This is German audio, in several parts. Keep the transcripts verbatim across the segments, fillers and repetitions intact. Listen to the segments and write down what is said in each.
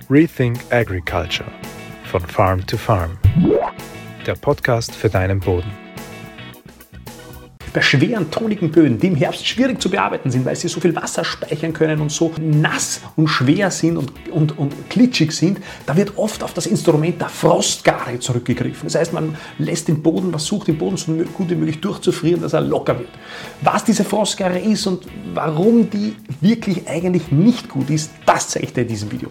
Rethink Agriculture von Farm to Farm. Der Podcast für deinen Boden. Bei schweren, tonigen Böden, die im Herbst schwierig zu bearbeiten sind, weil sie so viel Wasser speichern können und so nass und schwer sind und, und, und klitschig sind, da wird oft auf das Instrument der Frostgare zurückgegriffen. Das heißt, man lässt den Boden, man versucht den Boden so gut wie möglich durchzufrieren, dass er locker wird. Was diese Frostgare ist und warum die wirklich eigentlich nicht gut ist, das zeige ich dir in diesem Video.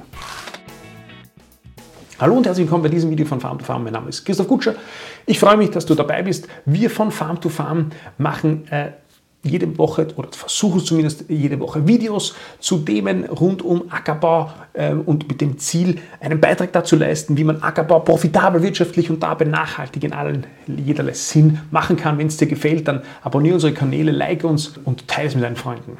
Hallo und herzlich willkommen bei diesem Video von Farm to Farm. Mein Name ist Christoph Gutscher. Ich freue mich, dass du dabei bist. Wir von Farm to Farm machen äh, jede Woche oder versuchen zumindest jede Woche Videos zu Themen rund um Ackerbau äh, und mit dem Ziel, einen Beitrag dazu leisten, wie man Ackerbau profitabel, wirtschaftlich und dabei nachhaltig in allen jederlei Sinn machen kann. Wenn es dir gefällt, dann abonniere unsere Kanäle, like uns und teile es mit deinen Freunden.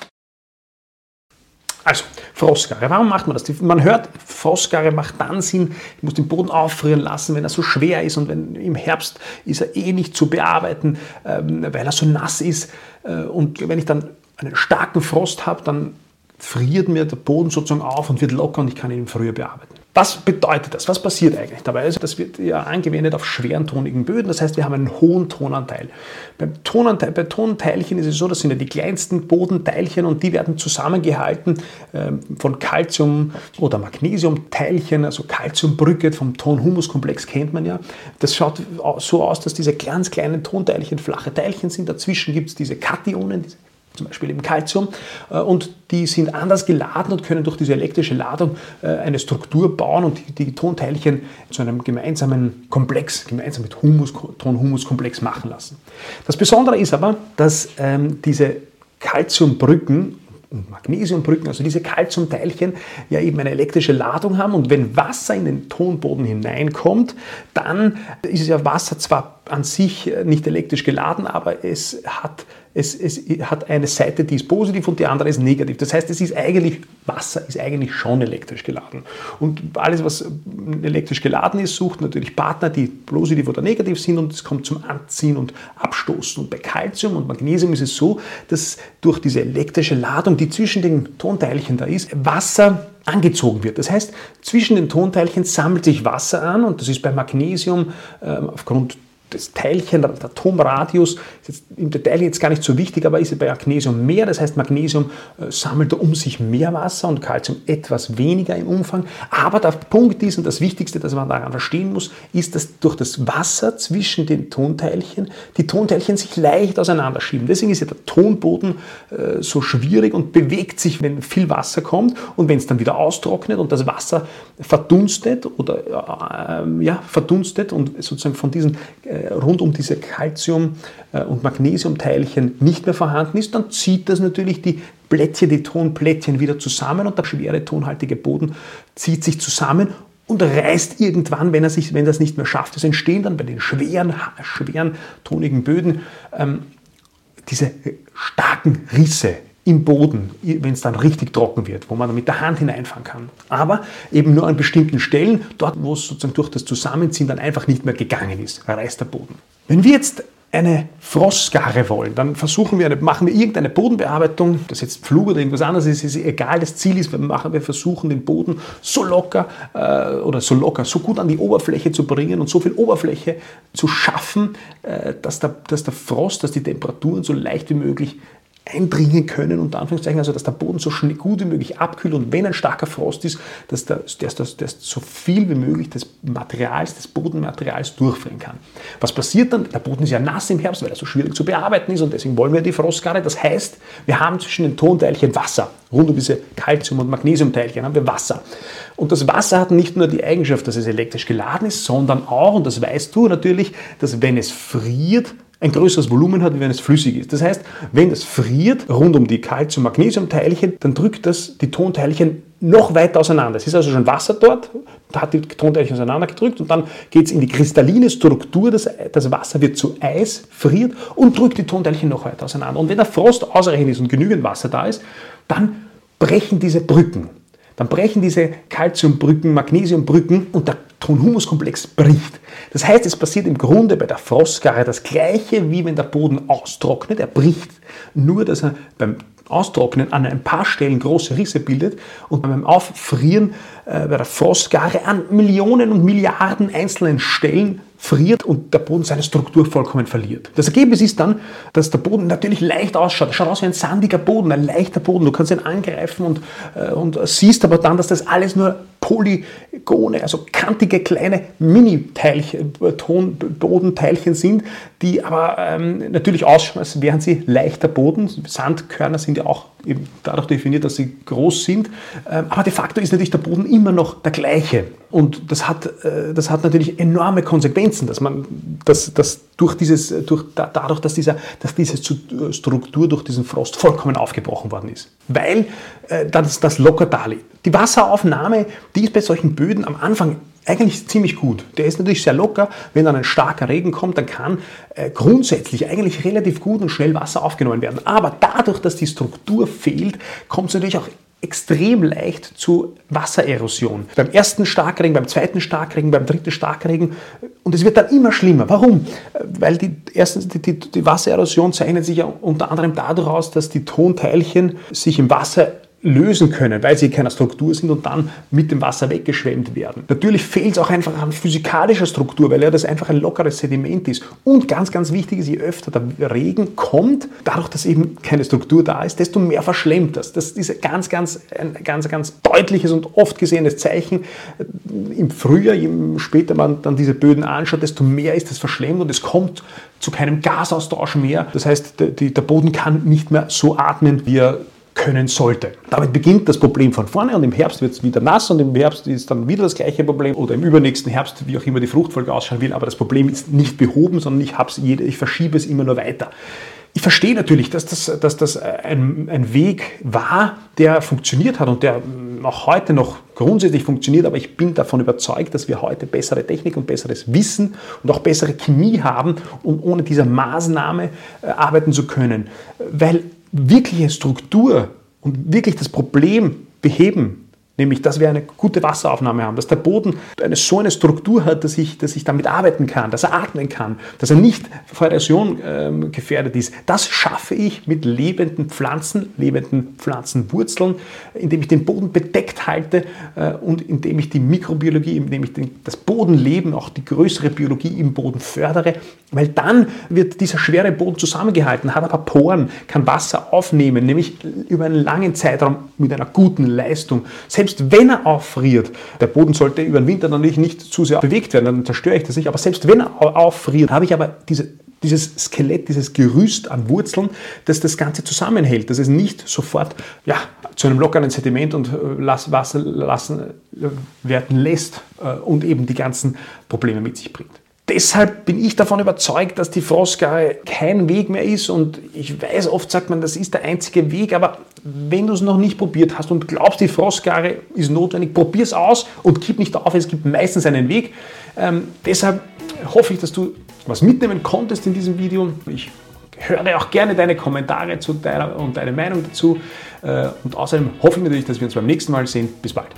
Also, Frostgare. Warum macht man das? Man hört, Frostgare macht dann Sinn, ich muss den Boden auffrieren lassen, wenn er so schwer ist und wenn im Herbst ist er eh nicht zu bearbeiten, ähm, weil er so nass ist. Äh, und wenn ich dann einen starken Frost habe, dann friert mir der Boden sozusagen auf und wird locker und ich kann ihn früher bearbeiten. Was bedeutet das? Was passiert eigentlich dabei? Also das wird ja angewendet auf schweren, tonigen Böden. Das heißt, wir haben einen hohen Tonanteil. Beim Tonanteil, bei Tonteilchen ist es so, das sind ja die kleinsten Bodenteilchen und die werden zusammengehalten äh, von Calcium- oder Magnesiumteilchen, also Calciumbrücke vom Ton-Humus-Komplex kennt man ja. Das schaut so aus, dass diese ganz kleinen Tonteilchen flache Teilchen sind. Dazwischen gibt es diese Kationen, diese zum Beispiel eben Calcium, und die sind anders geladen und können durch diese elektrische Ladung eine Struktur bauen und die, die Tonteilchen zu einem gemeinsamen Komplex, gemeinsam mit Humus, Ton-Humus-Komplex machen lassen. Das Besondere ist aber, dass ähm, diese Calciumbrücken und Magnesiumbrücken, also diese Calciumteilchen, ja eben eine elektrische Ladung haben und wenn Wasser in den Tonboden hineinkommt, dann ist ja Wasser zwar an sich nicht elektrisch geladen, aber es hat Es, es hat eine Seite, die ist positiv und die andere ist negativ. Das heißt, es ist eigentlich, Wasser ist eigentlich schon elektrisch geladen. Und alles, was elektrisch geladen ist, sucht natürlich Partner, die positiv oder negativ sind und es kommt zum Anziehen und Abstoßen. Und bei Calcium und Magnesium ist es so, dass durch diese elektrische Ladung, die zwischen den Tonteilchen da ist, Wasser angezogen wird. Das heißt, zwischen den Tonteilchen sammelt sich Wasser an und das ist bei Magnesium äh, aufgrund das Teilchen, der Atomradius, ist jetzt im Detail jetzt gar nicht so wichtig, aber ist es bei Magnesium mehr. Das heißt, Magnesium äh, sammelt um sich mehr Wasser und Calcium etwas weniger im Umfang. Aber der Punkt ist, und das Wichtigste, das man daran verstehen muss, ist, dass durch das Wasser zwischen den Tonteilchen die Tonteilchen sich leicht auseinanderschieben. Deswegen ist ja der Tonboden äh, so schwierig und bewegt sich, wenn viel Wasser kommt und wenn es dann wieder austrocknet und das Wasser verdunstet oder äh, ja, verdunstet und sozusagen von diesen äh, rund um diese Calcium- und Magnesiumteilchen nicht mehr vorhanden ist, dann zieht das natürlich die Plättchen, die Tonplättchen wieder zusammen und der schwere tonhaltige Boden zieht sich zusammen und reißt irgendwann, wenn er sich, wenn das nicht mehr schafft. Es entstehen dann bei den schweren, schweren tonigen Böden ähm, diese starken Risse im Boden, wenn es dann richtig trocken wird, wo man dann mit der Hand hineinfahren kann. Aber eben nur an bestimmten Stellen, dort wo es sozusagen durch das Zusammenziehen dann einfach nicht mehr gegangen ist, reißt der Boden. Wenn wir jetzt eine Frostgare wollen, dann versuchen wir, eine, machen wir irgendeine Bodenbearbeitung, das jetzt Pflug oder irgendwas anderes ist, ist egal, das Ziel ist, wir, machen, wir versuchen den Boden so locker äh, oder so locker, so gut an die Oberfläche zu bringen und so viel Oberfläche zu schaffen, äh, dass, der, dass der Frost, dass die Temperaturen so leicht wie möglich eindringen können, unter Anführungszeichen, also dass der Boden so schnell gut wie möglich abkühlt und wenn ein starker Frost ist, dass, der, dass, dass, dass so viel wie möglich des Materials, des Bodenmaterials durchfrieren kann. Was passiert dann? Der Boden ist ja nass im Herbst, weil er so schwierig zu bearbeiten ist und deswegen wollen wir die Frostgare. Das heißt, wir haben zwischen den Tonteilchen Wasser. Rund um diese Calcium- und Magnesiumteilchen haben wir Wasser. Und das Wasser hat nicht nur die Eigenschaft, dass es elektrisch geladen ist, sondern auch, und das weißt du natürlich, dass wenn es friert, ein größeres Volumen hat, wie wenn es flüssig ist. Das heißt, wenn es friert, rund um die Calcium-Magnesium-Teilchen, dann drückt das die Tonteilchen noch weiter auseinander. Es ist also schon Wasser dort, da hat die Tonteilchen auseinandergedrückt und dann geht es in die kristalline Struktur, das, das Wasser wird zu Eis, friert und drückt die Tonteilchen noch weiter auseinander. Und wenn der Frost ausreichend ist und genügend Wasser da ist, dann brechen diese Brücken. Dann brechen diese Calciumbrücken, Magnesiumbrücken und der Ton-Humus-Komplex bricht. Das heißt, es passiert im Grunde bei der Frostgare das Gleiche, wie wenn der Boden austrocknet. Er bricht, nur dass er beim Austrocknen an ein paar Stellen große Risse bildet und beim Auffrieren äh, bei der Frostgare an Millionen und Milliarden einzelnen Stellen friert und der Boden seine Struktur vollkommen verliert. Das Ergebnis ist dann, dass der Boden natürlich leicht ausschaut. Er schaut aus wie ein sandiger Boden, ein leichter Boden. Du kannst ihn angreifen und, äh, und siehst aber dann, dass das alles nur Polygone, also kantige kleine Mini-Teilchen, Tonbodenteilchen sind, die aber ähm, natürlich ausschauen, als wären sie leichter Boden. Sandkörner sind ja auch eben dadurch definiert, dass sie groß sind. Ähm, aber de facto ist natürlich der Boden immer noch der gleiche. Und das hat, äh, das hat natürlich enorme Konsequenzen, dass man, dass, dass durch dieses, durch, da, dadurch, dass, dieser, dass diese Struktur durch diesen Frost vollkommen aufgebrochen worden ist. Weil äh, das, das locker da liegt. Die Wasseraufnahme, die ist bei solchen Böden am Anfang eigentlich ziemlich gut. Der ist natürlich sehr locker. Wenn dann ein starker Regen kommt, dann kann äh, grundsätzlich eigentlich relativ gut und schnell Wasser aufgenommen werden. Aber dadurch, dass die Struktur fehlt, kommt es natürlich auch extrem leicht zu Wassererosion. Beim ersten Starkregen, beim zweiten Starkregen, beim dritten Starkregen. Und es wird dann immer schlimmer. Warum? Weil die, erstens, die, die, die Wassererosion zeichnet sich ja unter anderem dadurch aus, dass die Tonteilchen sich im Wasser lösen können, weil sie in keiner Struktur sind und dann mit dem Wasser weggeschwemmt werden. Natürlich fehlt es auch einfach an physikalischer Struktur, weil ja das einfach ein lockeres Sediment ist. Und ganz, ganz wichtig ist, je öfter der Regen kommt, dadurch, dass eben keine Struktur da ist, desto mehr verschlemmt das. Das ist ganz, ganz, ein ganz, ganz deutliches und oft gesehenes Zeichen. Im Frühjahr, je später man dann diese Böden anschaut, desto mehr ist das verschlemmt und es kommt zu keinem Gasaustausch mehr. Das heißt, der Boden kann nicht mehr so atmen, wie er können sollte. Damit beginnt das Problem von vorne und im Herbst wird es wieder nass und im Herbst ist dann wieder das gleiche Problem oder im übernächsten Herbst, wie auch immer die Fruchtfolge ausschauen will, aber das Problem ist nicht behoben, sondern ich, hab's jede, ich verschiebe es immer nur weiter. Ich verstehe natürlich, dass das, dass das ein, ein Weg war, der funktioniert hat und der auch heute noch grundsätzlich funktioniert, aber ich bin davon überzeugt, dass wir heute bessere Technik und besseres Wissen und auch bessere Chemie haben, um ohne diese Maßnahme äh, arbeiten zu können. Weil wirkliche Struktur und wirklich das Problem beheben, nämlich, dass wir eine gute Wasseraufnahme haben, dass der Boden eine, so eine Struktur hat, dass ich, dass ich damit arbeiten kann, dass er atmen kann, dass er nicht vor Erosion ähm, gefährdet ist. Das schaffe ich mit lebenden Pflanzen, lebenden Pflanzenwurzeln, indem ich den Boden bedeckt halte äh, und indem ich die Mikrobiologie, indem ich den, das Bodenleben, auch die größere Biologie im Boden fördere, weil dann wird dieser schwere Boden zusammengehalten, hat aber Poren, kann Wasser aufnehmen, nämlich über einen langen Zeitraum mit einer guten Leistung. Selbst wenn er auffriert, der Boden sollte über den Winter natürlich nicht zu sehr bewegt werden, dann zerstöre ich das nicht, aber selbst wenn er auffriert, habe ich aber diese, dieses Skelett, dieses Gerüst an Wurzeln, das das Ganze zusammenhält, dass es nicht sofort ja, zu einem lockeren Sediment und Wasser lassen werden lässt und eben die ganzen Probleme mit sich bringt. Deshalb bin ich davon überzeugt, dass die Frostgare kein Weg mehr ist und ich weiß, oft sagt man, das ist der einzige Weg, aber wenn du es noch nicht probiert hast und glaubst, die Frostgare ist notwendig, probier es aus und gib nicht auf, es gibt meistens einen Weg. Ähm, deshalb hoffe ich, dass du was mitnehmen konntest in diesem Video. Ich höre auch gerne deine Kommentare zu deiner und deine Meinung dazu äh, und außerdem hoffe ich natürlich, dass wir uns beim nächsten Mal sehen. Bis bald.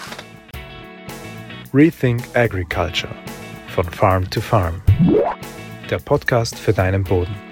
Rethink Agriculture. Von Farm to Farm. Der Podcast für deinen Boden.